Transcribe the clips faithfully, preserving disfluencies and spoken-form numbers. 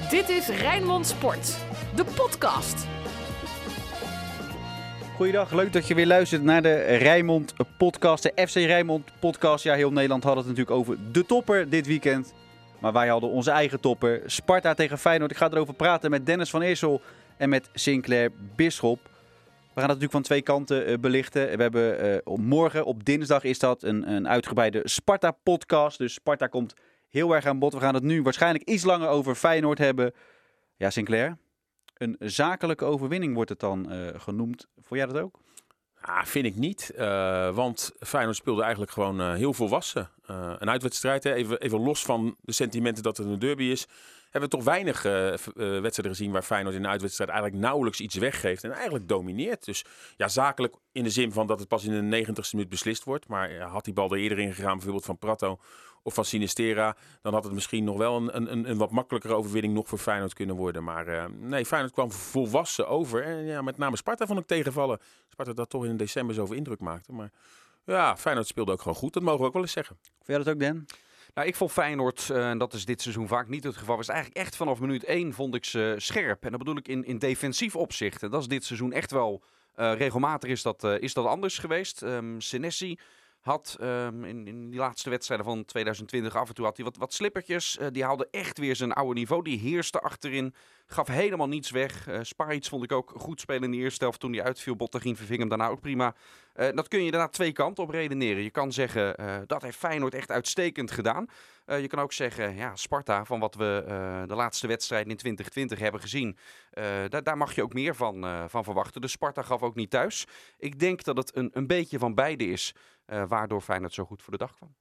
Dit is Rijnmond Sport, de podcast. Goeiedag, leuk dat je weer luistert naar de Rijnmond podcast, de F C Rijnmond podcast. Ja, heel Nederland had het natuurlijk over de topper dit weekend. Maar wij hadden onze eigen topper, Sparta tegen Feyenoord. Ik ga erover praten met Dennis van Eersel en met Sinclair Bisschop. We gaan het natuurlijk van twee kanten uh, belichten. We hebben uh, op morgen, op dinsdag is dat, een, een uitgebreide Sparta-podcast. Dus Sparta komt heel erg aan bod. We gaan het nu waarschijnlijk iets langer over Feyenoord hebben. Ja, Sinclair, een zakelijke overwinning wordt het dan uh, genoemd. Vond jij dat ook? Ah, vind ik niet. Uh, want Feyenoord speelde eigenlijk gewoon uh, heel volwassen. Uh, een uitwedstrijd, hè? Even, even los van de sentimenten dat het een derby is. Hebben we toch weinig uh, uh, wedstrijden gezien waar Feyenoord in een uitwedstrijd eigenlijk nauwelijks iets weggeeft. En eigenlijk domineert. Dus ja, zakelijk in de zin van dat het pas in de negentigste minuut beslist wordt. Maar ja, had die bal er eerder in gegaan, bijvoorbeeld van Prato of van Sinistera, dan had het misschien nog wel een, een, een wat makkelijkere overwinning nog voor Feyenoord kunnen worden. Maar uh, nee, Feyenoord kwam volwassen over. En ja, met name Sparta vond ik tegenvallen. Sparta dat toch in december zoveel indruk maakte. Maar ja, Feyenoord speelde ook gewoon goed. Dat mogen we ook wel eens zeggen. Vond jij dat ook, Dan? Nou, ik vond Feyenoord, en uh, dat is dit seizoen vaak niet het geval, was eigenlijk echt vanaf minuut één vond ik ze scherp. En dat bedoel ik in, in defensief opzicht. En dat is dit seizoen echt wel, uh, regelmatig is dat, uh, is dat anders geweest. Um, Senesi had um, in, in die laatste wedstrijden van tweeduizend twintig af en toe had hij wat, wat slippertjes. Uh, die haalde echt weer zijn oude niveau. Die heerste achterin. Gaf helemaal niets weg. Uh, Sparic vond ik ook goed spelen in de eerste helft. Toen hij uitviel, Bottegien verving hem daarna ook prima. Uh, dat kun je daarna twee kanten op redeneren. Je kan zeggen, uh, dat heeft Feyenoord echt uitstekend gedaan. Uh, je kan ook zeggen, ja, Sparta, van wat we uh, de laatste wedstrijden in twintig twintig hebben gezien. Uh, daar, daar mag je ook meer van, uh, van verwachten. Dus Sparta gaf ook niet thuis. Ik denk dat het een, een beetje van beide is, uh, waardoor Feyenoord zo goed voor de dag kwam.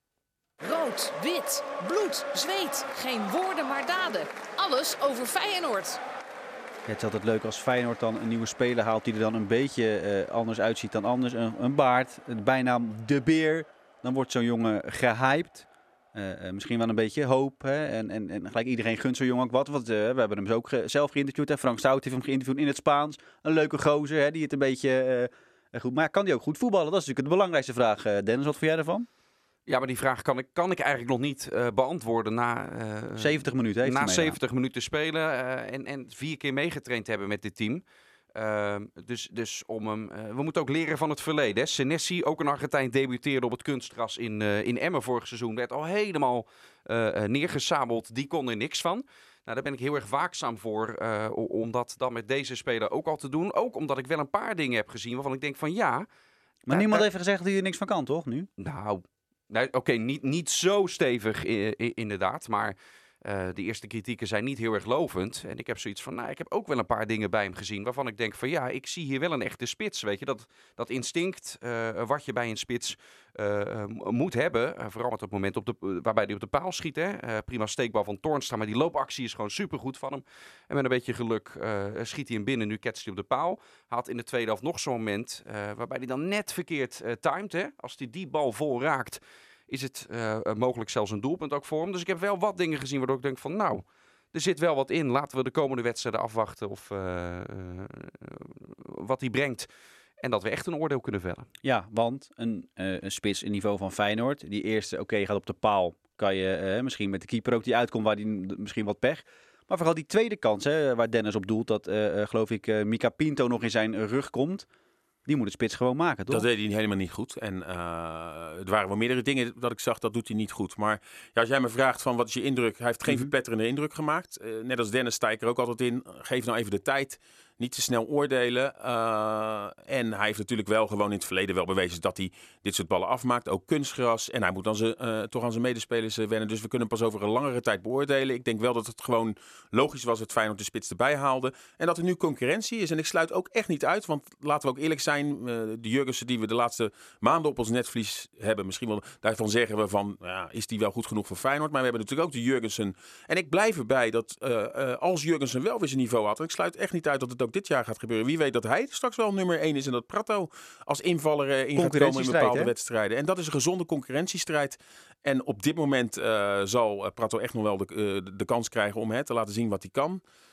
Rood, wit, bloed, zweet. Geen woorden maar daden. Alles over Feyenoord. Ja, het is altijd leuk als Feyenoord dan een nieuwe speler haalt die er dan een beetje uh, anders uitziet dan anders. Een, een baard, de bijnaam De Beer. Dan wordt zo'n jongen gehyped. Uh, uh, misschien wel een beetje hoop. Hè? En, en, en gelijk iedereen gunt zo'n jongen ook wat. Want uh, we hebben hem zo ook ge- zelf geïnterviewd. Hè? Frank Stout heeft hem geïnterviewd in het Spaans. Een leuke gozer, hè? Die het een beetje uh, goed... Maar kan die ook goed voetballen? Dat is natuurlijk de belangrijkste vraag. Uh, Dennis, wat vond jij ervan? Ja, maar die vraag kan ik, kan ik eigenlijk nog niet uh, beantwoorden na, uh, zeventig minuten heeft na hij zeventig minuten spelen uh, en, en vier keer meegetraind hebben met dit team. Uh, dus, dus om hem, uh, we moeten ook leren van het verleden. Hè. Senesi, ook een Argentijn, debuteerde op het kunstgras in, uh, in Emmen vorig seizoen. Werd al helemaal uh, neergesabeld. Die kon er niks van. Nou, daar ben ik heel erg waakzaam voor uh, om dat dan met deze speler ook al te doen. Ook omdat ik wel een paar dingen heb gezien waarvan ik denk van ja. Maar daar, niemand daar... heeft gezegd dat hij er niks van kan, toch, nu? Nou... Nou, Oké, okay, niet, niet zo stevig i- i- inderdaad, maar uh, de eerste kritieken zijn niet heel erg lovend. En ik heb zoiets van, nou, ik heb ook wel een paar dingen bij hem gezien waarvan ik denk van ja, ik zie hier wel een echte spits, weet je. Dat, dat instinct uh, wat je bij een spits uh, uh, moet hebben, uh, vooral op het moment op de, uh, waarbij hij op de paal schiet. Hè. Uh, prima steekbal van Toornstra, maar die loopactie is gewoon supergoed van hem. En met een beetje geluk uh, schiet hij hem binnen, nu ketst hij op de paal. Had in de tweede helft nog zo'n moment uh, waarbij hij dan net verkeerd uh, timed, hè. Als hij die bal vol raakt, is het uh, mogelijk zelfs een doelpunt ook voor hem. Dus ik heb wel wat dingen gezien waardoor ik denk van nou, er zit wel wat in. Laten we de komende wedstrijden afwachten of uh, uh, wat hij brengt. En dat we echt een oordeel kunnen vellen. Ja, want een, uh, een spits in niveau van Feyenoord. Die eerste, oké, okay, gaat op de paal. Kan je uh, misschien met de keeper ook die uitkomt, waar die misschien wat pech. Maar vooral die tweede kans, hè, waar Dennis op doelt, dat uh, uh, geloof ik uh, Mika Pinto nog in zijn rug komt. Die moet de spits gewoon maken, toch? Dat deed hij helemaal niet goed. En uh, er waren wel meerdere dingen dat ik zag, dat doet hij niet goed. Maar ja, als jij me vraagt van wat is je indruk? Hij heeft geen mm-hmm. verpletterende indruk gemaakt. Uh, net als Dennis sta ik er ook altijd in. Geef nou even de tijd. Niet te snel oordelen. Uh, en hij heeft natuurlijk wel gewoon in het verleden wel bewezen dat hij dit soort ballen afmaakt. Ook kunstgras. En hij moet dan ze, uh, toch aan zijn medespelers uh, wennen. Dus we kunnen pas over een langere tijd beoordelen. Ik denk wel dat het gewoon logisch was dat Feyenoord de spits erbij haalde. En dat er nu concurrentie is. En ik sluit ook echt niet uit. Want laten we ook eerlijk zijn. Uh, de Jurgensen die we de laatste maanden op ons netvlies hebben. Misschien wel daarvan zeggen we van, ja, is die wel goed genoeg voor Feyenoord? Maar we hebben natuurlijk ook de Jurgensen. En ik blijf erbij dat uh, uh, als Jurgensen wel weer zijn niveau had. En ik sluit echt niet uit dat het ook dit jaar gaat gebeuren. Wie weet dat hij straks wel nummer één is en dat Prato als invaller uh, in gaat komen in bepaalde hè? wedstrijden. En dat is een gezonde concurrentiestrijd. En op dit moment uh, zal uh, Prato echt nog wel de, uh, de kans krijgen om hè, te laten zien wat hij kan.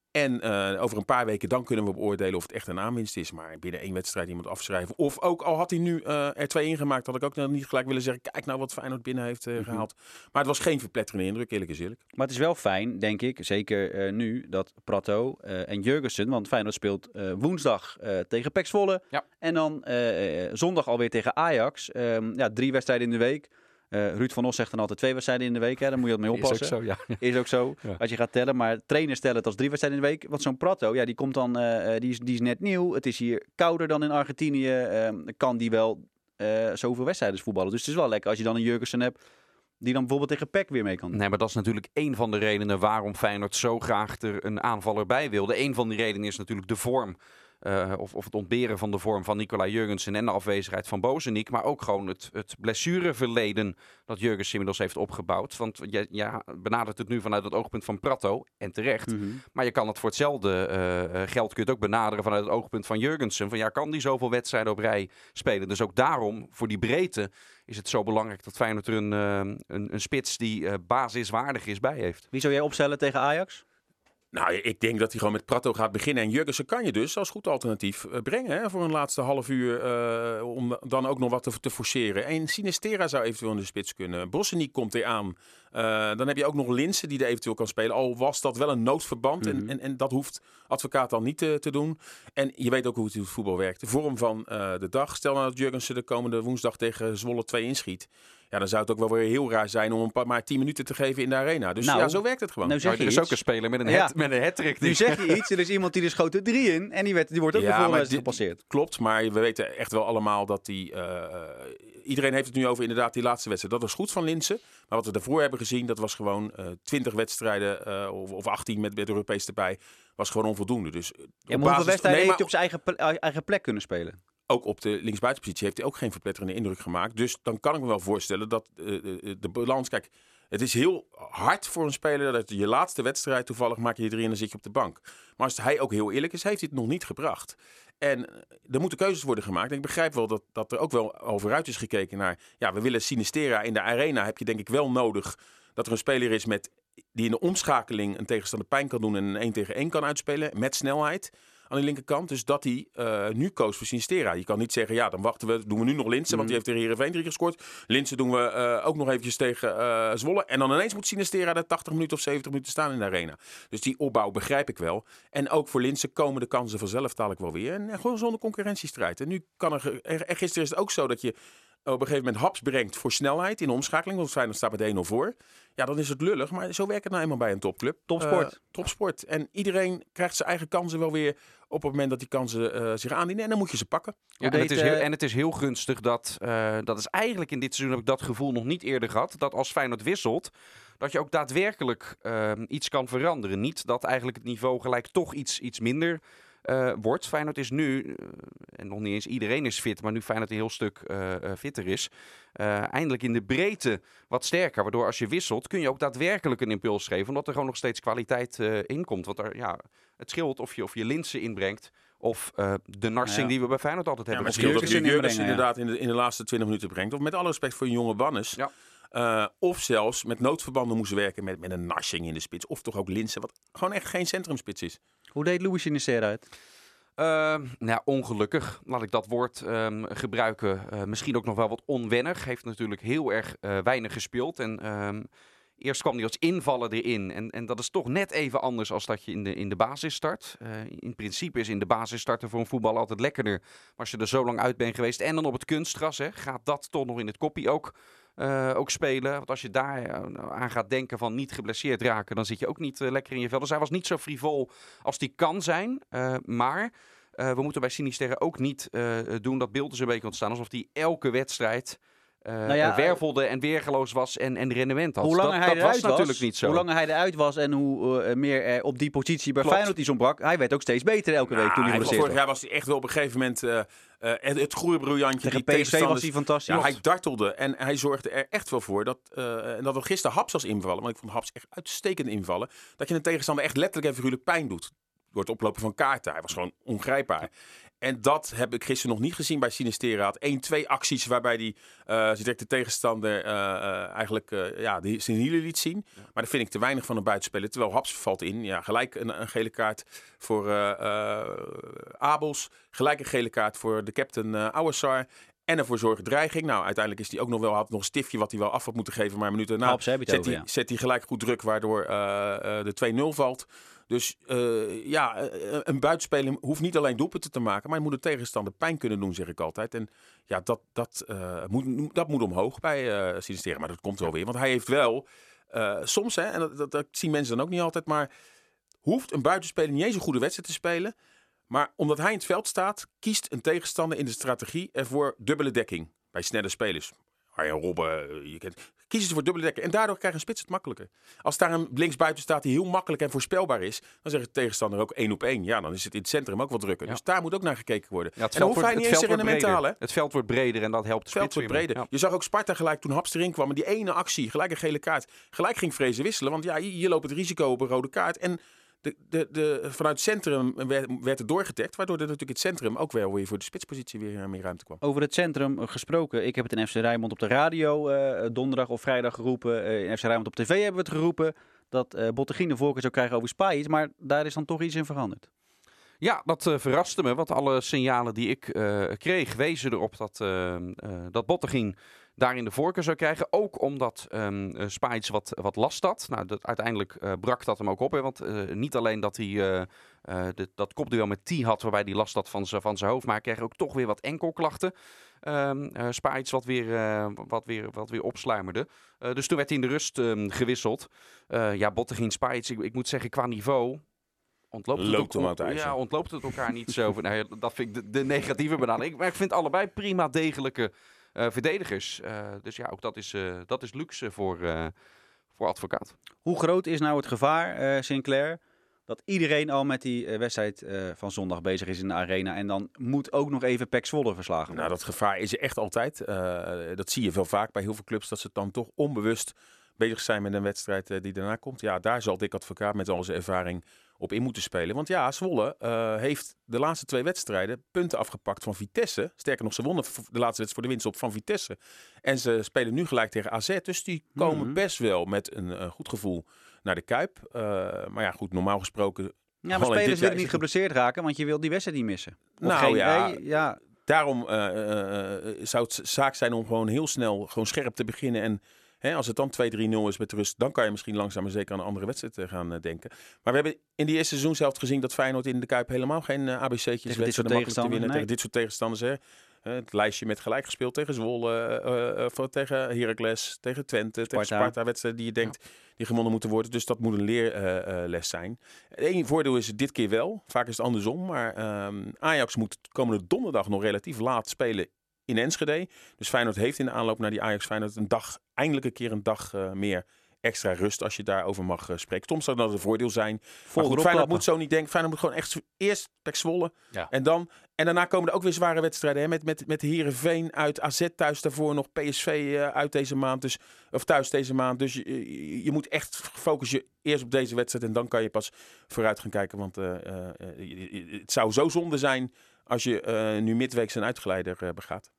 En uh, over een paar weken dan kunnen we beoordelen of het echt een aanwinst is. Maar binnen één wedstrijd iemand afschrijven. Of ook al had hij nu uh, er twee ingemaakt, had ik ook nog niet gelijk willen zeggen. Kijk nou wat Feyenoord binnen heeft uh, mm-hmm. gehaald. Maar het was geen verpletterende indruk, eerlijk is eerlijk. Maar het is wel fijn, denk ik, zeker uh, nu, dat Pratto uh, en Jurgensen, want Feyenoord speelt uh, woensdag uh, tegen P E C Zwolle. Ja. En dan uh, uh, zondag alweer tegen Ajax. Um, ja, drie wedstrijden in de week. Uh, Ruud van Os zegt dan altijd twee wedstrijden in de week. Hè? Daar moet je wat mee oppassen. Is ook zo, ja. Is ook zo, ja. Als je gaat tellen. Maar trainers stellen het als drie wedstrijden in de week. Want zo'n Pratto, ja, die komt dan, uh, die, is, die is net nieuw. Het is hier kouder dan in Argentinië. Uh, kan die wel uh, zoveel wedstrijden voetballen. Dus het is wel lekker als je dan een Jurgensen hebt die dan bijvoorbeeld tegen P E C weer mee kan. Nee, maar dat is natuurlijk één van de redenen waarom Feyenoord zo graag er een aanvaller bij wilde. Eén van die redenen is natuurlijk de vorm. Uh, of, of het ontberen van de vorm van Nicolai Jurgensen en de afwezigheid van Bozeniek. Maar ook gewoon het, het blessureverleden dat Jurgensen inmiddels heeft opgebouwd. Want je ja, benadert het nu vanuit het oogpunt van Pratto. En terecht. Mm-hmm. Maar je kan het voor hetzelfde uh, geld kun je het ook benaderen vanuit het oogpunt van Jurgensen. Van ja, kan die zoveel wedstrijden op rij spelen? Dus ook daarom, voor die breedte, is het zo belangrijk dat Feyenoord er een, uh, een, een spits die uh, basiswaardig is bij heeft. Wie zou jij opstellen tegen Ajax? Nou, ik denk dat hij gewoon met Pratto gaat beginnen. En Jurgensen kan je dus als goed alternatief uh, brengen hè, voor een laatste half uur. Uh, om dan ook nog wat te, te forceren. En Sinistera zou eventueel in de spits kunnen. Bozeniek komt er aan. Uh, dan heb je ook nog Linssen die er eventueel kan spelen. Al was dat wel een noodverband. Mm-hmm. En, en, en dat hoeft advocaat dan niet te, te doen. En je weet ook hoe het, hoe het voetbal werkt. De vorm van uh, de dag. Stel nou dat Jurgensen de komende woensdag tegen Zwolle twee inschiet. Ja, dan zou het ook wel weer heel raar zijn om een paar, maar tien minuten te geven in de arena. Dus nou, ja, zo werkt het gewoon. Nou, nou, er is iets. ook een speler met een, ja. hat, met een hat-trick. Nu zeg je iets, er is iemand die er schoot er drie in en die, werd, die wordt ook ja, de gepasseerd. Klopt, maar we weten echt wel allemaal dat die... Uh, iedereen heeft het nu over inderdaad die laatste wedstrijd. Dat was goed van Linssen. Maar wat we daarvoor hebben gezien, dat was gewoon uh, twintig wedstrijden uh, of, of achttien met, met Europees erbij. Was gewoon onvoldoende. Dus, ja, maar hoeveel wedstrijden nee, heeft hij op zijn eigen, eigen plek kunnen spelen? Ook op de linksbuitenpositie heeft hij ook geen verpletterende indruk gemaakt. Dus dan kan ik me wel voorstellen dat uh, de, de balans... Kijk, het is heel hard voor een speler dat je laatste wedstrijd toevallig maak je er drie en dan zit je op de bank. Maar als hij ook heel eerlijk is, heeft hij het nog niet gebracht. En er moeten keuzes worden gemaakt. En ik begrijp wel dat, dat er ook wel over uit is gekeken naar... Ja, we willen Sinistera in de arena. Heb je denk ik wel nodig dat er een speler is met, die in de omschakeling een tegenstander pijn kan doen... en een één tegen één kan uitspelen met snelheid... aan de linkerkant. Dus dat hij uh, nu koos voor Sinistera. Je kan niet zeggen, ja, dan wachten we, doen we nu nog Linssen, mm. want die heeft tegen Heerenveen drie gescoord. Linssen doen we uh, ook nog eventjes tegen uh, Zwolle. En dan ineens moet Sinistera er tachtig minuten of zeventig minuten staan in de arena. Dus die opbouw begrijp ik wel. En ook voor Linssen komen de kansen vanzelf dadelijk wel weer. En, en gewoon zonder concurrentiestrijd. En nu kan er, en gisteren is het ook zo dat je op een gegeven moment haps brengt voor snelheid in de omschakeling. Want Feyenoord staat met één nul voor. Ja, dan is het lullig. Maar zo werkt het nou eenmaal bij een topclub. Topsport. Uh, topsport. En iedereen krijgt zijn eigen kansen wel weer op het moment dat die kansen uh, zich aandienen. En dan moet je ze pakken. Ja, en, het is heel, en het is heel gunstig dat, uh, dat is eigenlijk in dit seizoen heb ik dat gevoel nog niet eerder gehad. Dat als Feyenoord wisselt, dat je ook daadwerkelijk uh, iets kan veranderen. Niet dat eigenlijk het niveau gelijk toch iets, iets minder Uh, wordt. Feyenoord is nu, uh, en nog niet eens iedereen is fit, maar nu Feyenoord een heel stuk uh, uh, fitter is, uh, eindelijk in de breedte wat sterker. Waardoor als je wisselt, kun je ook daadwerkelijk een impuls geven, omdat er gewoon nog steeds kwaliteit uh, in komt. Want er, ja, het scheelt of je, of je Linssen inbrengt, of uh, de narsing ja. die we bij Feyenoord altijd hebben. Ja, maar het scheelt of je Jurgensen inderdaad in de, in de laatste twintig minuten brengt. Of met alle respect voor een jonge Bannes. Ja. Uh, of zelfs met noodverbanden moesten werken met, met een narsing in de spits. Of toch ook Linssen, wat gewoon echt geen centrumspits is. Hoe deed Louis Sinistera uit? Uh, nou ja, ongelukkig. Laat ik dat woord um, gebruiken. Uh, misschien ook nog wel wat onwennig. Heeft natuurlijk heel erg uh, weinig gespeeld. En um, eerst kwam hij als invaller erin. En, en dat is toch net even anders als dat je in de, in de basis start. Uh, in principe is in de basis starten voor een voetbal altijd lekkerder. Maar als je er zo lang uit bent geweest en dan op het kunstgras, hè, gaat dat toch nog in het koppie ook Uh, ook spelen. Want als je daar uh, aan gaat denken van niet geblesseerd raken, dan zit je ook niet uh, lekker in je vel. Dus hij was niet zo frivol als die kan zijn. Uh, maar uh, we moeten bij Sinistera ook niet uh, doen dat beeld is een beetje ontstaan alsof hij elke wedstrijd Uh, nou ja, wervelde en weergeloos was en, en rendement had. Hoe langer dat hij dat was was, natuurlijk niet zo. Hoe langer hij eruit was en hoe uh, meer er op die positie bij Klopt. Feyenoord iets ontbrak. Hij werd ook steeds beter elke nou, week toen hij geblesseerd was. Vorig jaar was hij echt wel op een gegeven moment uh, uh, het, het groeibriljantje. Tegen P S V was hij fantastisch. Ja, hij dartelde en hij zorgde er echt wel voor dat, uh, en dat we gisteren Haps als invallen, want ik vond Haps echt uitstekend invallen, dat je een tegenstander echt letterlijk en figuurlijk pijn doet. Door het oplopen van kaarten. Hij was gewoon ongrijpbaar. En dat heb ik gisteren nog niet gezien bij Sinisterra. Had één, twee acties waarbij hij uh, direct de tegenstander uh, uh, eigenlijk uh, ja, die zijn hielen liet zien. Ja. Maar dat vind ik te weinig van een buitenspeler. Terwijl Haps valt in. Ja, gelijk een, een gele kaart voor uh, uh, Abels. Gelijk een gele kaart voor de captain uh, Ouassar. En ervoor zorgen dreiging. Nou, uiteindelijk is hij ook nog wel, had nog een stiftje wat hij wel af had moeten geven. Maar een minuut daarna zet, over, hij, ja. zet hij gelijk goed druk, waardoor uh, uh, de twee nul valt. Dus uh, ja, uh, een buitenspeler hoeft niet alleen doelpunten te maken, maar hij moet de tegenstander pijn kunnen doen, zeg ik altijd. En ja, dat, dat, uh, moet, dat moet omhoog bij uh, Sinisterra. Maar dat komt wel weer. Want hij heeft wel, uh, soms, hè, en dat, dat, dat zien mensen dan ook niet altijd, maar hoeft een buitenspeler niet eens een goede wedstrijd te spelen. Maar omdat hij in het veld staat, kiest een tegenstander in de strategie ervoor dubbele dekking bij snelle spelers. Arjen Robben, je kent, kiezen ze voor dubbele dekking. En daardoor krijgt een spits het makkelijker. Als daar een linksbuiten staat die heel makkelijk en voorspelbaar is, dan zegt de tegenstander ook één op één. Ja, dan is het in het centrum ook wat drukker. Ja. Dus daar moet ook naar gekeken worden. Ja, en dan hoeft hij niet eens in de mentale. Het veld wordt breder en dat helpt de spits weer. breder. Ja. Je zag ook Sparta gelijk toen Haps erin kwam en die ene actie, gelijk een gele kaart, gelijk ging Vrezen wisselen. Want ja, je, je loopt het risico op een rode kaart. En De, de, de, vanuit het centrum werd, werd het doorgetekt, waardoor er natuurlijk het centrum ook wel weer voor de spitspositie weer meer ruimte kwam. Over het centrum gesproken, ik heb het in F C Rijnmond op de radio uh, donderdag of vrijdag geroepen. Uh, in F C Rijnmond op tv hebben we het geroepen dat uh, Bottegien de voorkeur zou krijgen over Spijs, maar daar is dan toch iets in veranderd. Ja, dat uh, verraste me, want alle signalen die ik uh, kreeg wezen erop dat, uh, uh, dat Bottegien daarin de voorkeur zou krijgen. Ook omdat um, uh, Spijs wat, wat last had. Nou, dat, uiteindelijk uh, brak dat hem ook op. Hè, want uh, niet alleen dat hij uh, uh, de, dat kopduel met T had, waarbij hij last had van zijn van zijn hoofd, maar hij kreeg ook toch weer wat enkelklachten. Um, uh, Spijs wat weer, uh, wat, weer, wat weer opsluimerde. Uh, dus toen werd hij in de rust um, gewisseld. Uh, ja, Bottegien, Spijs, ik, ik moet zeggen, qua niveau ontloopt het, Loopt ook, hem ja, ontloopt het elkaar niet zo. Nou, dat vind ik de, de negatieve benadering. Maar ik vind allebei prima degelijke Uh, verdedigers. Uh, dus ja, ook dat is, uh, dat is luxe voor, uh, voor Advocaat. Hoe groot is nou het gevaar, uh, Sinclair, dat iedereen al met die uh, wedstrijd uh, van zondag bezig is in de arena en dan moet ook nog even P E C Zwolle verslagen worden? Nou, dat gevaar is er echt altijd. Uh, dat zie je wel vaak bij heel veel clubs, dat ze dan toch onbewust bezig zijn met een wedstrijd uh, die daarna komt. Ja, daar zal Dick Advocaat met al zijn ervaring op in moeten spelen. Want ja, Zwolle uh, heeft de laatste twee wedstrijden punten afgepakt van Vitesse. Sterker nog, ze wonnen de laatste wedstrijd voor de winst op van Vitesse. En ze spelen nu gelijk tegen A Z. Dus die komen mm-hmm. best wel met een uh, goed gevoel naar de Kuip. Uh, maar ja, goed, normaal gesproken... Ja, maar spelers willen niet geblesseerd raken, want je wil die wedstrijd niet missen. Of nou geen, ja... nee, ja. Daarom uh, uh, zou het zaak zijn om gewoon heel snel gewoon scherp te beginnen. En hè, als het dan twee drie nul is met rust, dan kan je misschien langzaam maar zeker aan een andere wedstrijd uh, gaan uh, denken. Maar we hebben in die eerste seizoenshelft gezien dat Feyenoord in de Kuip helemaal geen uh, A B C'tjes wedstrijden makkelijk te winnen. Nee. Tegen dit soort tegenstanders. Hè. Uh, het lijstje met gelijk gespeeld tegen Zwolle, uh, uh, uh, tegen Heracles, tegen Twente, Sparta. tegen Sparta. Wedstrijden die je denkt ja. die gewonnen moeten worden. Dus dat moet een leerles uh, uh, zijn. Eén voordeel is het dit keer wel. Vaak is het andersom. Maar um, Ajax moet komende donderdag nog relatief laat spelen in Enschede. Dus Feyenoord heeft in de aanloop naar die Ajax Feyenoord een dag, eindelijk een keer een dag uh, meer extra rust als je daarover mag uh, spreken. Soms zou dat een voordeel zijn. Maar goed, Feyenoord moet zo niet denken. Feyenoord moet gewoon echt eerst P E C Zwolle ja. en dan en daarna komen er ook weer zware wedstrijden. Hè? Met, met, met Heerenveen uit, A Z thuis daarvoor nog, P S V uh, uit deze maand. Dus, of thuis deze maand. Dus je, je, je moet echt focussen eerst op deze wedstrijd en dan kan je pas vooruit gaan kijken. Want uh, uh, het zou zo zonde zijn als je uh, nu midweeks een uitgeleider uh, begaat.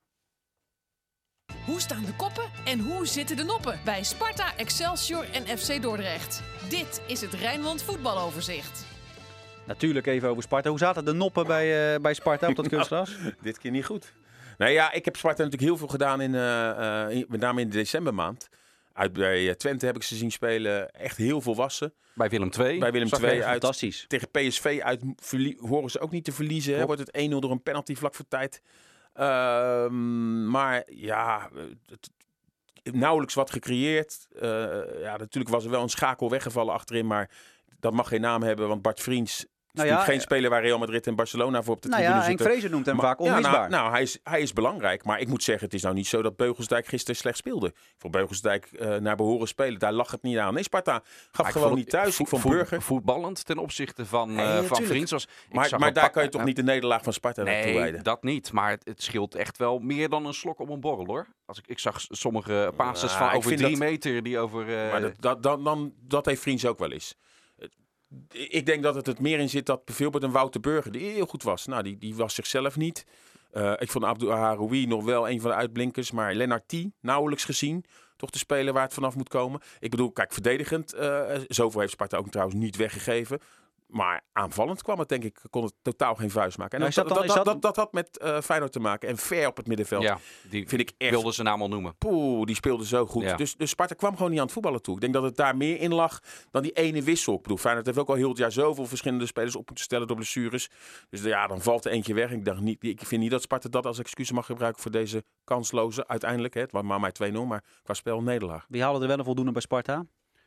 Hoe staan de koppen en hoe zitten de noppen bij Sparta, Excelsior en F C Dordrecht? Dit is het Rijnmond voetbaloverzicht. Natuurlijk even over Sparta. Hoe zaten de noppen bij, uh, bij Sparta op dat kunstgras? Nou, dit keer niet goed. Nou ja, ik heb Sparta natuurlijk heel veel gedaan, in, uh, uh, met name in de decembermaand. Uit bij uh, Twente heb ik ze zien spelen. Echt heel volwassen. Bij Willem twee. Bij Willem twee. Uit, fantastisch. Tegen P S V uit, verlie- horen ze ook niet te verliezen. Hè? Wordt het één nul door een penalty vlak voor tijd. Uh, maar ja, het, nauwelijks wat gecreëerd. Uh, ja, natuurlijk was er wel een schakel weggevallen achterin, maar dat mag geen naam hebben, want Bart Vriends is nou ja, geen speler waar Real Madrid en Barcelona voor op de nou tribune ja, zitten. Henk Vrezen noemt hem maar, vaak onmisbaar. Ja, nou, nou hij, is, hij is belangrijk, maar ik moet zeggen, het is nou niet zo dat Beugelsdijk gisteren slecht speelde. Ik vond Beugelsdijk uh, naar behoren spelen, daar lag het niet aan. Nee, Sparta gaf ja, gewoon niet thuis. Vo- ik vond vo- Burger voetballend ten opzichte van, uh, hey, van Vriends. Was, maar maar daar pa- kan je toch uh, niet de nederlaag van Sparta nee, naartoe wijden? Nee, dat niet. Maar het, het scheelt echt wel meer dan een slok op een borrel, hoor. Als ik, ik zag sommige passes uh, van over drie dat, meter die over... Uh... Maar dat, dat, dat, dan, dat heeft Vriends ook wel eens. ik denk dat het het meer in zit dat bijvoorbeeld een Wouter Burger, die heel goed was. Nou, die, die was zichzelf niet. Uh, ik vond Abdul Haroui nog wel een van de uitblinkers. Maar Lennart T. nauwelijks gezien. Toch de speler waar het vanaf moet komen. Ik bedoel, kijk, verdedigend. Uh, zoveel heeft Sparta ook trouwens niet weggegeven. Maar aanvallend kwam het, denk ik, kon het totaal geen vuist maken. En nou, dat, dan, dat, dat, dat, dat, dat had met uh, Feyenoord te maken. En ver op het middenveld. Ja, die vind ik echt, wilden ze naam al noemen. Poeh, die speelde zo goed. Ja. Dus, dus Sparta kwam gewoon niet aan het voetballen toe. Ik denk dat het daar meer in lag dan die ene wissel. Ik bedoel, Feyenoord heeft ook al heel het jaar zoveel verschillende spelers op moeten stellen door blessures. Dus ja, dan valt er eentje weg. Ik, dacht niet, ik vind niet dat Sparta dat als excuus mag gebruiken voor deze kansloze uiteindelijk. Hè. Het was maar mij twee nul, maar qua spel nederlaag. Wie haalde er wel een voldoende bij Sparta?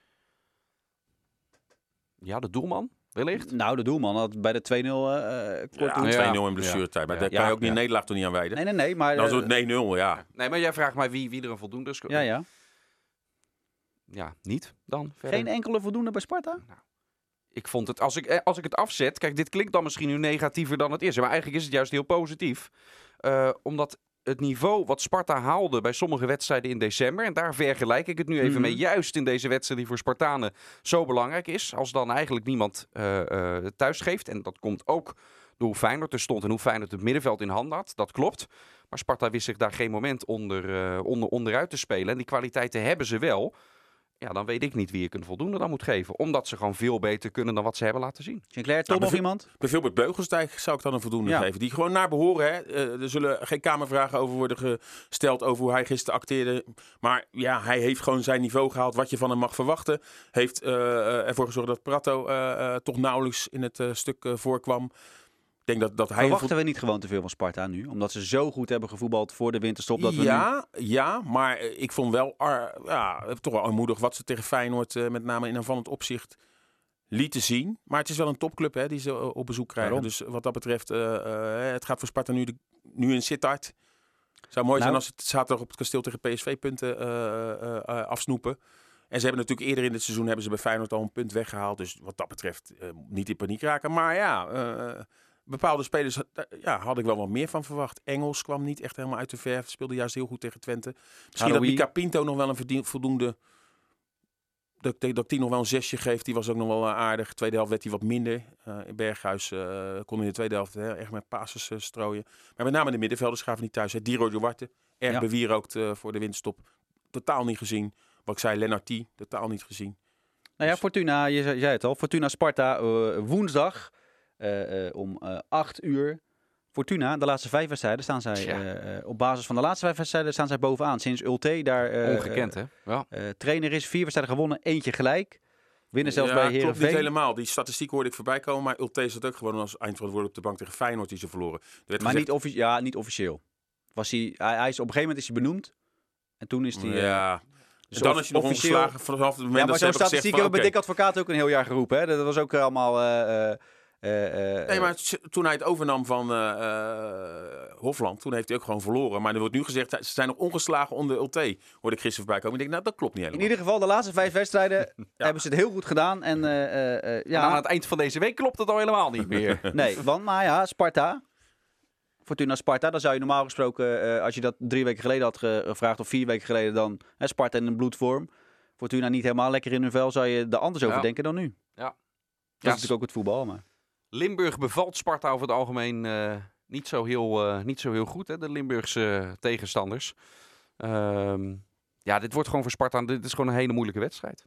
Ja, de doelman. Wellicht? Nou, de doelman had bij de twee nul uh, kort ja, twee nul in blessuretijd. Maar ja. daar kan ja, je ook niet ja. Nederlaag toch niet aan wijden. Nee, nee, nee. Maar, dan is uh, het nee nul, ja. Nee, maar jij vraagt mij wie, wie er een voldoende is. Ja, ja. Ja, niet dan. Verder. Geen enkele voldoende bij Sparta? Nou, ik vond het, als ik, als ik het afzet... Kijk, dit klinkt dan misschien nu negatiever dan het is. Maar eigenlijk is het juist heel positief. Uh, omdat het niveau wat Sparta haalde bij sommige wedstrijden in december... en daar vergelijk ik het nu even mm-hmm. mee... juist in deze wedstrijd die voor Spartanen zo belangrijk is... als dan eigenlijk niemand uh, uh, thuis geeft. En dat komt ook door hoe Feyenoord er stond... en hoe Feyenoord het middenveld in handen had. Dat klopt. Maar Sparta wist zich daar geen moment onder, uh, onder, onderuit te spelen. En die kwaliteiten hebben ze wel... Ja, dan weet ik niet wie ik een voldoende dan moet geven. Omdat ze gewoon veel beter kunnen dan wat ze hebben laten zien. Sinclair, toch nou, nog iemand? Bijvoorbeeld Beugelsdijk zou ik dan een voldoende ja. geven. Die gewoon naar behoren. Hè. Uh, er zullen geen kamervragen over worden gesteld over hoe hij gisteren acteerde. Maar ja, hij heeft gewoon zijn niveau gehaald wat je van hem mag verwachten. Heeft uh, ervoor gezorgd dat Prato uh, uh, toch nauwelijks in het uh, stuk uh, voorkwam. Ik denk dat, dat hij Verwachten vo- we niet gewoon te veel van Sparta nu? Omdat ze zo goed hebben gevoetbald voor de winterstop. Dat we ja, nu... ja, maar ik vond wel ar, ja, toch wel armoedig wat ze tegen Feyenoord uh, met name in aanvallend opzicht lieten zien. Maar het is wel een topclub hè, die ze uh, op bezoek krijgen. Waarom? Dus wat dat betreft, uh, uh, het gaat voor Sparta nu, de, nu in Sittard. Het zou mooi nou. zijn als het zaterdag op het kasteel tegen P S V punten uh, uh, uh, afsnoepen. En ze hebben natuurlijk eerder in dit seizoen hebben ze bij Feyenoord al een punt weggehaald. Dus wat dat betreft uh, niet in paniek raken. Maar ja... Uh, Bepaalde spelers ja, had ik wel wat meer van verwacht. Engels kwam niet echt helemaal uit de verf. Speelde juist heel goed tegen Twente. Misschien Haroui. Dat Mika Pinto nog wel een verdien, voldoende... Dat, dat ik die nog wel een zesje geef. Die was ook nog wel uh, aardig. Tweede helft werd hij wat minder. Uh, in Berghuis uh, kon in de tweede helft uh, echt met passes uh, strooien. Maar met name de middenvelders gaven niet thuis. Hè. Diro Duarte, erg ja. bewierookt uh, voor de winterstop. Totaal niet gezien. Wat ik zei, Lennart T. Totaal niet gezien. Nou ja, Fortuna, je zei het al. Fortuna Sparta uh, woensdag... Uh, uh, om uh, acht uur. Fortuna, de laatste vijf wedstrijden staan zij ja. uh, uh, op basis van de laatste vijf wedstrijden staan zij bovenaan. Sinds Ulte daar uh, ongekend hè? Ja. Uh, trainer is, vier wedstrijden gewonnen, eentje gelijk. Winnen zelfs ja, bij Heerenveen. Klopt niet helemaal. Die statistiek hoorde ik voorbij komen, maar Ulte zat ook gewoon als eindverantwoordelijk op de bank tegen Feyenoord die ze verloren. Maar gezegd... niet, offici- ja, niet officieel. Was hij, hij, hij is, op een gegeven moment is hij benoemd en toen is hij. Ja. Uh, Dus dan is je nog officieel... ongeslagen vanaf het moment ja, maar dat ze hebben statistiek gezegd van, hebben we okay. bij Dick Advocaat ook een heel jaar geroepen. Hè? Dat was ook allemaal... Uh, uh, Uh, uh, nee, maar toen hij het overnam van uh, uh, Hofland, toen heeft hij ook gewoon verloren. Maar er wordt nu gezegd, ze zijn nog ongeslagen onder Ulte. Hoorde ik gisteren voorbij komen. Ik denk, nou, dat klopt niet helemaal. In ieder geval, de laatste vijf wedstrijden ja. hebben ze het heel goed gedaan. En, uh, uh, uh, ja. aan het eind van deze week klopt het al helemaal niet meer. Nee, want, maar ja, Sparta. Fortuna Sparta, dan zou je normaal gesproken, uh, als je dat drie weken geleden had gevraagd, of vier weken geleden, dan uh, Sparta in een bloedvorm. Fortuna niet helemaal lekker in hun vel, zou je er anders over ja. denken dan nu. Ja. Dat ja, is natuurlijk ook het voetbal, maar... Limburg bevalt Sparta over het algemeen uh, niet, zo heel, uh, niet zo heel goed, hè, de Limburgse uh, tegenstanders. Um, ja, dit wordt gewoon voor Sparta, dit is gewoon een hele moeilijke wedstrijd.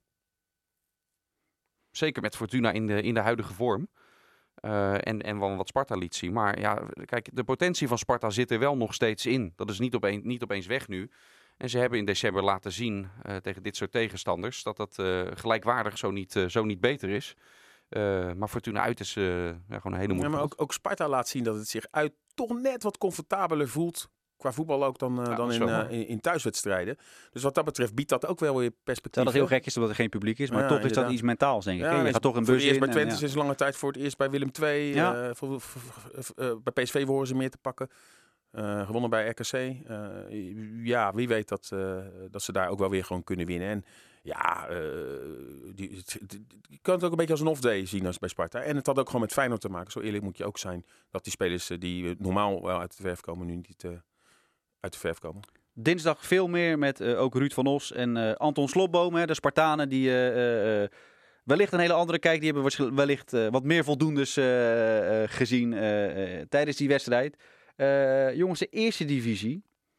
Zeker met Fortuna in de, in de huidige vorm. Uh, en, en wat Sparta liet zien. Maar ja, kijk, de potentie van Sparta zit er wel nog steeds in. Dat is niet, opeen, niet opeens weg nu. En ze hebben in december laten zien uh, tegen dit soort tegenstanders dat dat uh, gelijkwaardig zo niet, uh, zo niet beter is. Uh, maar Fortuna uit is uh, ja, gewoon een hele moeilijke. Ja, maar ook, ook Sparta laat zien dat het zich uit toch net wat comfortabeler voelt. Qua voetbal ook dan, uh, ja, dan in, uh, in, in thuiswedstrijden. Dus wat dat betreft biedt dat ook wel weer perspectief. Terwijl dat heel gek is omdat er geen publiek is. Maar ja, toch is inderdaad. Dat iets mentaals, denk ik. Ja, je gaat toch een bus eerst in. bij Twente en, ja. sinds lange tijd voor het eerst bij Willem twee. Ja. Uh, voor, voor, voor, uh, bij P S V horen ze meer te pakken. Uh, gewonnen bij R K C. Uh, ja, wie weet dat, uh, dat ze daar ook wel weer gewoon kunnen winnen. En ja, uh, die, die, die, je kan het ook een beetje als een off-day zien als bij Sparta. En het had ook gewoon met Feyenoord te maken. Zo eerlijk moet je ook zijn dat die spelers uh, die uh, normaal wel uit de verf komen, nu niet uh, uit de verf komen. Dinsdag veel meer met uh, ook Ruud van Os en uh, Anton Slotboom. Hè, de Spartanen die uh, uh, wellicht een hele andere kijk. Die hebben waarschijnlijk wellicht uh, wat meer voldoendes uh, uh, gezien uh, uh, tijdens die wedstrijd. Uh, jongens, de eerste divisie.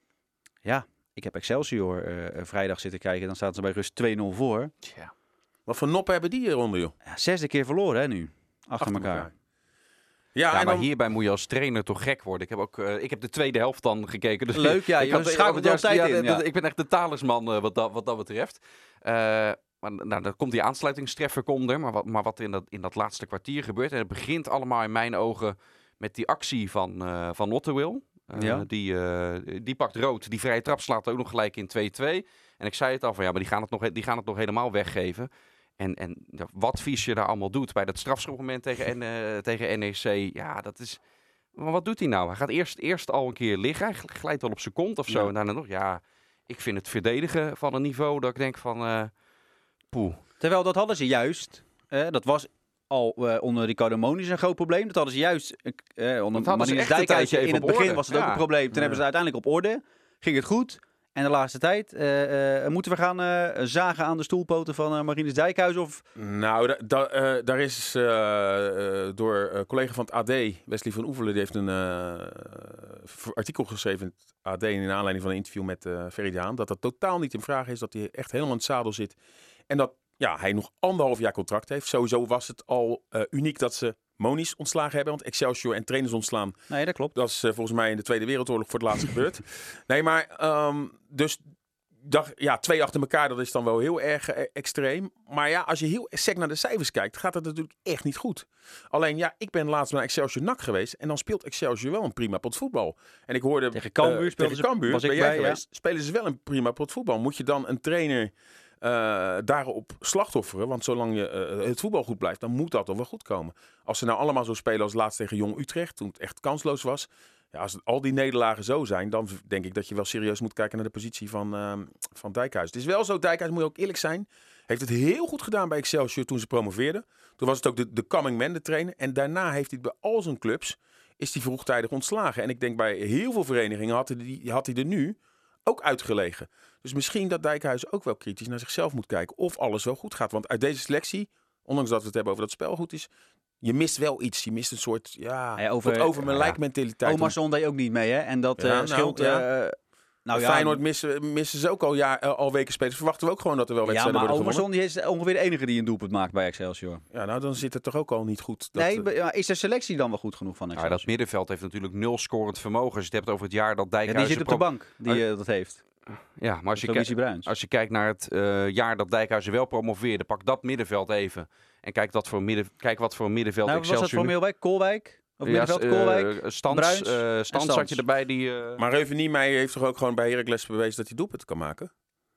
Ja, ik heb Excelsior uh, vrijdag zitten kijken. Dan staan ze bij rust twee nul voor. Tja. Wat voor noppen hebben die hieronder, joh? Ja, zesde keer verloren, hè, nu. Achter, Achter elkaar. elkaar. Ja, ja, en maar dan... hierbij moet je als trainer toch gek worden. Ik heb ook, uh, ik heb de tweede helft dan gekeken. Dus leuk, ja. Ik, je schakelt er altijd ja, in. Ja. Ik ben echt de talisman uh, wat, dat, wat dat betreft. Uh, maar nou, dan komt die aansluitingstreffer komt er. Maar wat, maar wat in, dat, in dat laatste kwartier gebeurt. En het begint allemaal in mijn ogen met die actie van, uh, van Ottewil. Uh, ja. die, uh, die pakt rood. Die vrije trap slaat ook nog gelijk in twee twee. En ik zei het al van ja, maar die gaan het nog, die gaan het nog helemaal weggeven. En, en wat Fischer daar allemaal doet bij dat strafschopmoment tegen, uh, tegen N E C. Ja, dat is... Maar wat doet hij nou? Hij gaat eerst, eerst al een keer liggen. Hij glijdt al op zijn kont of zo. Ja. En daarna nog, ja... Ik vind het verdedigen van een niveau dat ik denk van... Uh, poeh. Terwijl dat hadden ze juist... Uh, dat was al uh, onder Ricardo Moniz een groot probleem. Dat hadden ze juist... Uh, onder Marinus Dijkhuis in het begin orde. was het ja. ook een probleem. Toen ja. hebben ze uiteindelijk op orde. Ging het goed... En de laatste tijd, uh, uh, moeten we gaan uh, zagen aan de stoelpoten van uh, Marinus Dijkhuis? Of? Nou, da, da, uh, daar is uh, uh, door uh, collega van het A D, Wesley van Oevelen, die heeft een uh, artikel geschreven in het A D in aanleiding van een interview met uh, Ferry de Haan, dat dat totaal niet in vraag is, dat hij echt helemaal in het zadel zit. En dat ja, hij nog anderhalf jaar contract heeft. Sowieso was het al uh, uniek dat ze Moniz ontslagen hebben, want Excelsior en trainers ontslaan. Nee, dat klopt. Dat is uh, volgens mij in de Tweede Wereldoorlog voor het laatst gebeurd. Nee, maar um, dus dag, ja, twee achter elkaar, dat is dan wel heel erg uh, extreem. Maar ja, als je heel sec naar de cijfers kijkt, gaat het natuurlijk echt niet goed. Alleen ja, ik ben laatst naar Excelsior N A C geweest en dan speelt Excelsior wel een prima pot voetbal. En ik hoorde tegen Cambuur, uh, tegen Cambuur, was ik ben jij bij, geweest, ja. spelen ze wel een prima pot voetbal. Moet je dan een trainer Uh, daarop slachtofferen. Want zolang je, uh, het voetbal goed blijft, dan moet dat toch wel goed komen. Als ze nou allemaal zo spelen als laatst tegen Jong Utrecht, toen het echt kansloos was. Ja, als het, al die nederlagen zo zijn, dan denk ik dat je wel serieus moet kijken naar de positie van, uh, van Dijkhuis. Het is wel zo, Dijkhuis, moet je ook eerlijk zijn, heeft het heel goed gedaan bij Excelsior toen ze promoveerden. Toen was het ook de, de coming man, de trainer. En daarna heeft hij het bij al zijn clubs, is hij vroegtijdig ontslagen. En ik denk bij heel veel verenigingen had hij, die, had hij er nu ook uitgelegen. Dus misschien dat Dijkhuis ook wel kritisch naar zichzelf moet kijken of alles wel goed gaat. Want uit deze selectie, ondanks dat we het hebben over dat het spel goed is, je mist wel iets. Je mist een soort, ja, ja over, over mijn ja. lijk mentaliteit. Omarsson deed ook niet mee, hè? En dat ja, uh, nou, scheelt... Uh, ja. Nou ja, Feyenoord missen, missen ze ook al, ja, al weken spelers. Verwachten we ook gewoon dat er wel wedstrijden ja, worden gewonnen. Ja, maar Omarsson is ongeveer de enige die een doelpunt maakt bij Excelsior. Ja, nou dan zit het toch ook al niet goed. Dat, nee, uh, is de selectie dan wel goed genoeg van Excelsior? Ja, dat middenveld heeft natuurlijk nul scorend vermogen. Als je het hebt over het jaar dat Dijkhuis... Ja, die zit op de bank, die uh, dat heeft. Ja, maar als je, kijk, als je kijkt naar het uh, jaar dat Dijkhuizen wel promoveerde, pak dat middenveld even. En kijk, dat voor midden, kijk wat voor middenveld nou, Excelsior... Was dat voor Meelwijk? Koolwijk? Of ja, middenveld uh, Koolwijk? Stans, Bruins? Uh, Stans zat je erbij die... Uh... Maar Reuven-Niemeyer heeft toch ook gewoon bij Heracles bewezen dat hij doelpunten kan maken?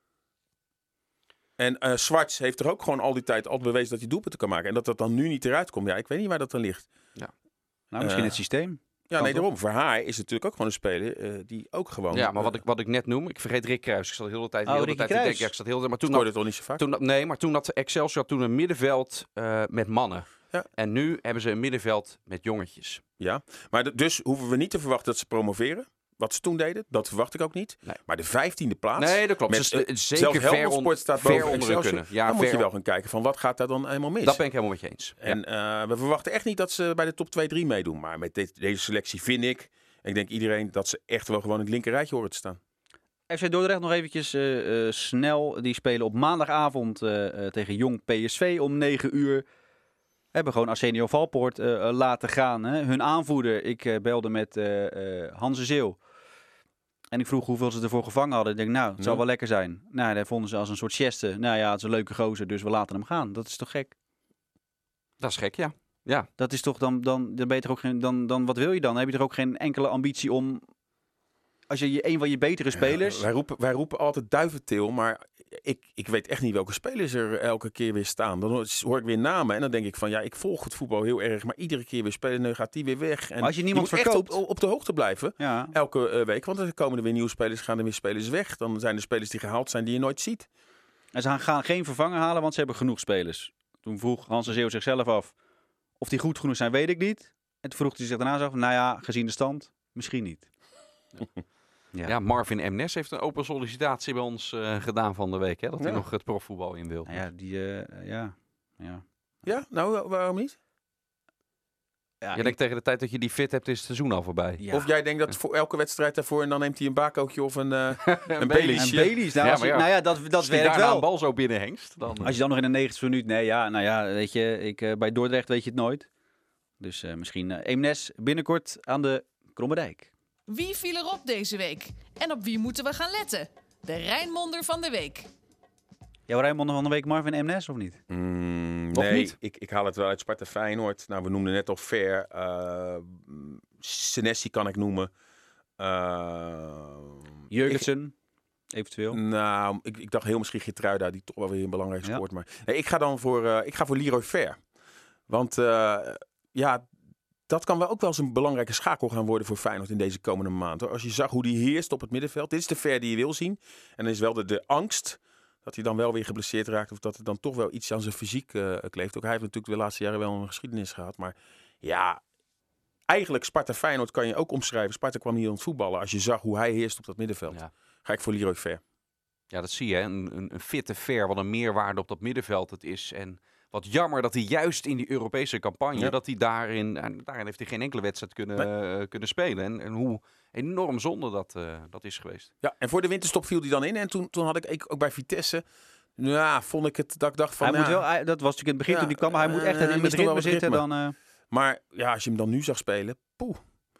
En uh, Zwarts heeft er ook gewoon al die tijd al bewezen dat hij doelpunten kan maken. En dat dat dan nu niet eruit komt. Ja, ik weet niet waar dat dan ligt. Ja. Nou, misschien uh, het systeem. Ja, nee, daarom. Voor haar is het natuurlijk ook gewoon een speler uh, die ook gewoon... Ja, maar wat ik, wat ik net noem, ik vergeet Rick Kruijs. Ik zat de hele tijd, de oh, hele tijd te denken. Ja, ik zat heel maar toen dat, het toch niet zo vaak? Toen dat, nee, maar toen had Excelsior toen een middenveld uh, met mannen. Ja. En nu hebben ze een middenveld met jongetjes. Ja, maar d- dus hoeven we niet te verwachten dat ze promoveren. Wat ze toen deden, dat verwacht ik ook niet. Nee. Maar de vijftiende plaats... Nee, dat klopt. Met, ze, uh, zeker ver, on, staat ver boven onder kunnen. Ja, dan ver moet je wel gaan kijken van wat gaat daar dan helemaal mis. Dat ben ik helemaal met je eens. En ja. uh, we verwachten echt niet dat ze bij de top twee drie meedoen. Maar met dit, deze selectie vind ik... Ik denk iedereen dat ze echt wel gewoon in het linker rijtje horen te staan. F C Dordrecht nog eventjes uh, uh, snel. Die spelen op maandagavond uh, uh, tegen Jong P S V om negen uur. Hebben gewoon Arsenio Valpoort uh, uh, laten gaan. Hè. Hun aanvoerder, ik uh, belde met uh, uh, Hans de Zeeuw. En ik vroeg hoeveel ze ervoor gevangen hadden. Ik denk, nou, het ja. zal wel lekker zijn. Nou, dat vonden ze als een soort geste. Nou ja, het is een leuke gozer, dus we laten hem gaan. Dat is toch gek? Dat is gek, ja. Ja. Dat is toch dan, dan, dan ben je toch ook geen, dan, dan wat wil je dan? Dan heb je toch ook geen enkele ambitie om, als je een van je betere spelers... Ja, wij, roepen, wij roepen altijd duiventil, maar ik, ik weet echt niet welke spelers er elke keer weer staan. Dan hoor ik weer namen en dan denk ik van, ja, ik volg het voetbal heel erg, maar iedere keer weer spelen, nu gaat die weer weg. En maar als je niemand je moet verkoopt... echt op, op de hoogte blijven, ja. elke uh, week, want er komen er weer nieuwe spelers, gaan er weer spelers weg. Dan zijn er spelers die gehaald zijn die je nooit ziet. En ze gaan geen vervanger halen, want ze hebben genoeg spelers. Toen vroeg Hans de Zeeuw zichzelf af, of die goed genoeg zijn, weet ik niet. En toen vroeg hij zich daarna af, nou ja, gezien de stand, misschien niet. Ja. ja, Marvin Mnes heeft een open sollicitatie bij ons uh, gedaan van de week. Hè, dat ja. hij nog het profvoetbal in wil. Nou ja, die, uh, ja. Ja. Ja? Nou, waarom niet? Ja, Je denkt tegen de tijd dat je die fit hebt, is het seizoen al voorbij. ja. Of jij denkt dat voor elke wedstrijd daarvoor en dan neemt hij een bakootje of een, uh, een En Baileys. Baileys, nou, Ja, als je- maar ja. nou ja, dat, dat Als die werkt daarna wel. een bal zo binnenhengst, dan... Als je dan nog in de negentigste minuut... Nee, ja, nou ja, weet je, ik, uh, bij Dordrecht weet je het nooit. Dus uh, misschien uh, Eemnes binnenkort aan de Krommerdijk. Wie viel erop deze week? En op wie moeten we gaan letten? De Rijnmonder van de week. Jouw Rijnmonder van de week, Marvin Eemnes, of niet? Mm, Of nee, niet? Ik, ik haal het wel uit Sparta Feyenoord. Nou, we noemden net al Ver. Uh, Senesi kan ik noemen. Uh, Jurgensen, eventueel. ik, nou, ik, ik dacht heel misschien Geertruida, die toch wel weer een belangrijk Ja. scoort. Maar nee, ik ga dan voor, uh, ik ga voor Leroy Ver. Want uh, ja, dat kan wel ook wel eens een belangrijke schakel gaan worden voor Feyenoord in deze komende maand. Hoor. Als je zag hoe die heerst op het middenveld. Dit is de Ver die je wil zien. En dan is wel de, de angst dat hij dan wel weer geblesseerd raakt. Of dat het dan toch wel iets aan zijn fysiek uh, kleeft. Ook hij heeft natuurlijk de laatste jaren wel een geschiedenis gehad. Maar ja, eigenlijk Sparta Feyenoord kan je ook omschrijven. Sparta kwam hier aan het voetballen. Als je zag hoe hij heerst op dat middenveld. Ja. Ga ik voor Leroy Ver. Ja, dat zie je. Hè? Een, een, een fitte Ver, wat een meerwaarde op dat middenveld het is. En wat jammer dat hij juist in die Europese campagne, Ja. dat hij daarin, en daarin heeft hij geen enkele wedstrijd kunnen, Nee. uh, kunnen spelen. En, en hoe enorm zonde dat, uh, dat is geweest. Ja, en voor de winterstop viel hij dan in. En toen, toen had ik, ik ook bij Vitesse, ja, vond ik het dat ik dacht van... Hij ja, moet wel, hij- dat was natuurlijk in het begin Ja, toen hij kwam, maar hij moet echt uh, in mist het nog wel ritme wat zitten. ritme. Dan, uh, Maar ja, als je hem dan nu zag spelen, poeh.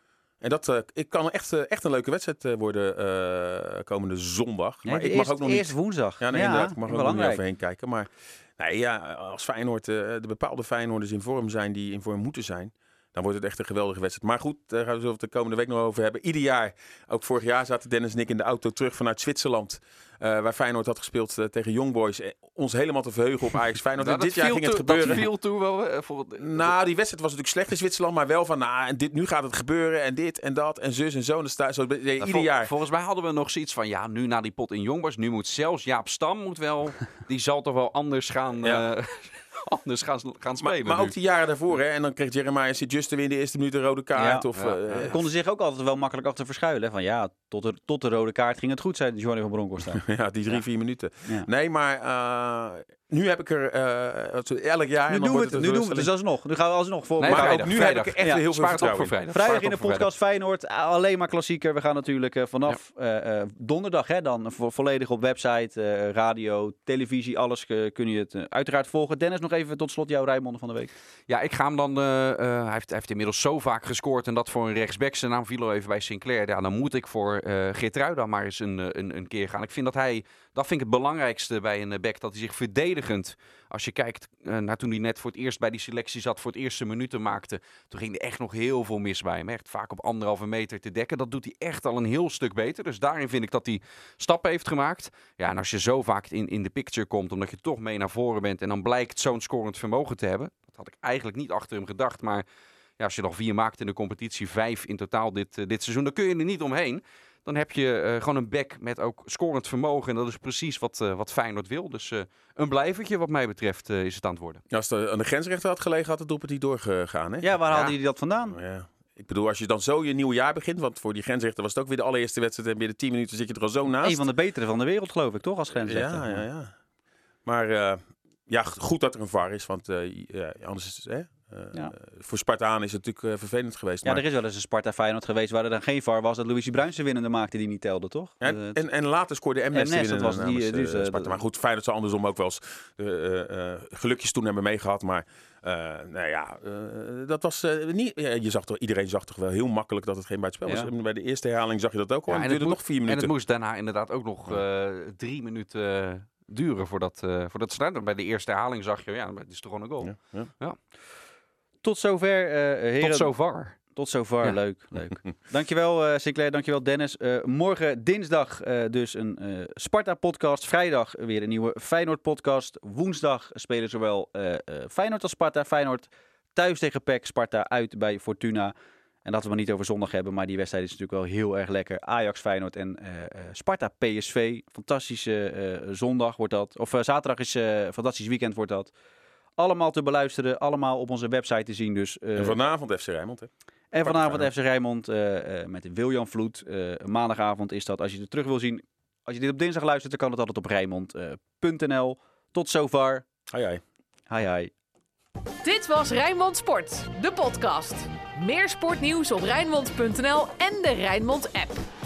En dat uh, ik kan echt, uh, echt een leuke wedstrijd uh, worden uh, komende zondag. nee, maar ik eerst, mag ook nog eerst niet... woensdag. Ja, nee, ja, inderdaad. Ik mag ook nog niet belangrijk. overheen kijken. Maar nee, ja, als Feyenoord, uh, de bepaalde Feyenoorders in vorm zijn die in vorm moeten zijn, dan wordt het echt een geweldige wedstrijd. Maar goed, daar gaan we het de komende week nog over hebben. Ieder jaar, ook vorig jaar zaten Dennis en ik in de auto terug vanuit Zwitserland. Uh, waar Feyenoord had gespeeld uh, tegen Young Boys. Uh, ons helemaal te verheugen op Ajax Feyenoord. Nou, en dit jaar viel ging het toe- gebeuren. Dat viel toe wel. Uh, voor, uh, Nou, die wedstrijd was natuurlijk slecht in Zwitserland. Maar wel van, nou, en dit, nu gaat het gebeuren. En dit en dat. En zus en zo. En dan sta, zo uh, Nou, ieder vol- jaar. Volgens mij hadden we nog zoiets van, ja, nu na die pot in Jongbers, nu moet zelfs Jaap Stam moet wel, die zal toch wel anders gaan, Ja. uh, anders gaan, gaan spelen. Maar, maar nu. ook die jaren daarvoor. Hè, en dan kreeg Jeremiah Sint-Juste in de eerste minuut een rode kaart. Ja. Of, Ja. uh, Ze konden zich ook altijd wel makkelijk achter verschuilen. hè. Van ja, tot de, tot de rode kaart ging het goed, zei Johnny van Bronckhorst. daar. ja, die drie, Ja. vier minuten. Ja. Nee, maar uh, nu heb ik er uh, elk jaar... Nu en dan doen we wordt het, nu doen we het dus alsnog. Nu gaan we alsnog voor. Nee, maar Maar ook ook vrijdag, nu vrijdag. heb ik er echt Ja, heel veel Spaar het op voor vertrouwen in. vrijdag. Vrijdag Spaar in de het op voor podcast Feyenoord, alleen maar klassieker. We gaan natuurlijk uh, vanaf uh, uh, donderdag hè, dan vo- volledig op website, uh, radio, televisie, alles uh, kun je het uh, uiteraard volgen. Dennis, nog even tot slot jouw Rijnmonder van de week. Ja, ik ga hem dan. Uh, uh, hij, heeft, hij heeft inmiddels zo vaak gescoord. En dat voor een rechtsback. Zijn naam viel al even bij Sinclair. Ja, dan moet ik voor uh, Geertruida maar eens een, een, een keer gaan. Ik vind dat hij. Dat vind ik het belangrijkste bij een back. Dat hij zich verdedigend. Als je kijkt uh, naar toen hij net voor het eerst bij die selectie zat. Voor het eerste minuten maakte. Toen ging er echt nog heel veel mis bij hem. Echt vaak op anderhalve meter te dekken. Dat doet hij echt al een heel stuk beter. Dus daarin vind ik dat hij stappen heeft gemaakt. Ja, en als je zo vaak in, in de picture komt. Omdat je toch mee naar voren bent. En dan blijkt zo'n scorend vermogen te hebben. Dat had ik eigenlijk niet achter hem gedacht. Maar ja, als je nog vier maakt in de competitie. Vijf in totaal dit, uh, dit seizoen. Dan kun je er niet omheen. Dan heb je uh, gewoon een back met ook scorend vermogen. En dat is precies wat, uh, wat Feyenoord wil. Dus uh, een blijvertje wat mij betreft uh, is het aan het worden. Ja, als het aan de grensrechter had gelegen, had het doelpunt niet doorgegaan. Hè? Ja, waar haalde Ja. jullie dat vandaan? Nou ja. Ik bedoel, als je dan zo je nieuwe jaar begint. Want voor die grensrechter was het ook weer de allereerste wedstrijd. En binnen tien minuten zit je er al zo naast. Een van de betere van de wereld, geloof ik, toch? Als grensrechter. Ja, ja, ja. Maar uh, ja, goed dat er een V A R is. Want uh, ja, anders is het... Hè? Uh, Ja. Voor Spartaan is het natuurlijk uh, vervelend geweest. Ja, maar... er is wel eens een Sparta Feyenoord geweest waar er dan geen V A R was. Dat Luigi Bruins de winnende maakte die niet telde, toch? Ja, Uh, en, en later scoorde M S M S, winnen dat was die, namens, dus, uh, uh, Sparta. dat- Maar goed, Feyenoord zal andersom ook wel eens uh, uh, gelukjes toen hebben meegehad. Maar uh, nou ja, uh, dat was uh, niet... Ja, je zag toch, iedereen zag toch wel heel makkelijk dat het geen buitenspel was. Ja. En bij de eerste herhaling zag je dat ook al. Ja, en en het duurde het nog vier En minuten. het moest daarna inderdaad ook nog uh, drie minuten uh, duren voordat, uh, voordat ze naar- Bij de eerste herhaling zag je, ja, het is toch gewoon een goal. Ja, ja. Tot zover, uh, heren. Tot zover. Tot zover, Ja. leuk. leuk. Dankjewel uh, Sinclair, dankjewel Dennis. Uh, morgen dinsdag uh, dus een uh, Sparta-podcast. Vrijdag weer een nieuwe Feyenoord-podcast. Woensdag spelen zowel uh, uh, Feyenoord als Sparta. Feyenoord thuis tegen P E C, Sparta uit bij Fortuna. En dat we het maar niet over zondag hebben, maar die wedstrijd is natuurlijk wel heel erg lekker. Ajax, Feyenoord en uh, uh, Sparta, P S V. Fantastische uh, zondag wordt dat. Of uh, zaterdag is uh, een fantastisch weekend wordt dat. Allemaal te beluisteren, allemaal op onze website te zien. Dus, uh, En vanavond F C Rijnmond, hè? en vanavond Feyenoord. F C Rijnmond uh, uh, met William Vloed. Uh, maandagavond is dat. Als je het terug wil zien, als je dit op dinsdag luistert, dan kan het altijd op rijnmond punt n l. Tot zover Ai, ai. Hi hi. Dit was Rijnmond Sport, de podcast. Meer sportnieuws op Rijnmond punt n l en de Rijnmond app.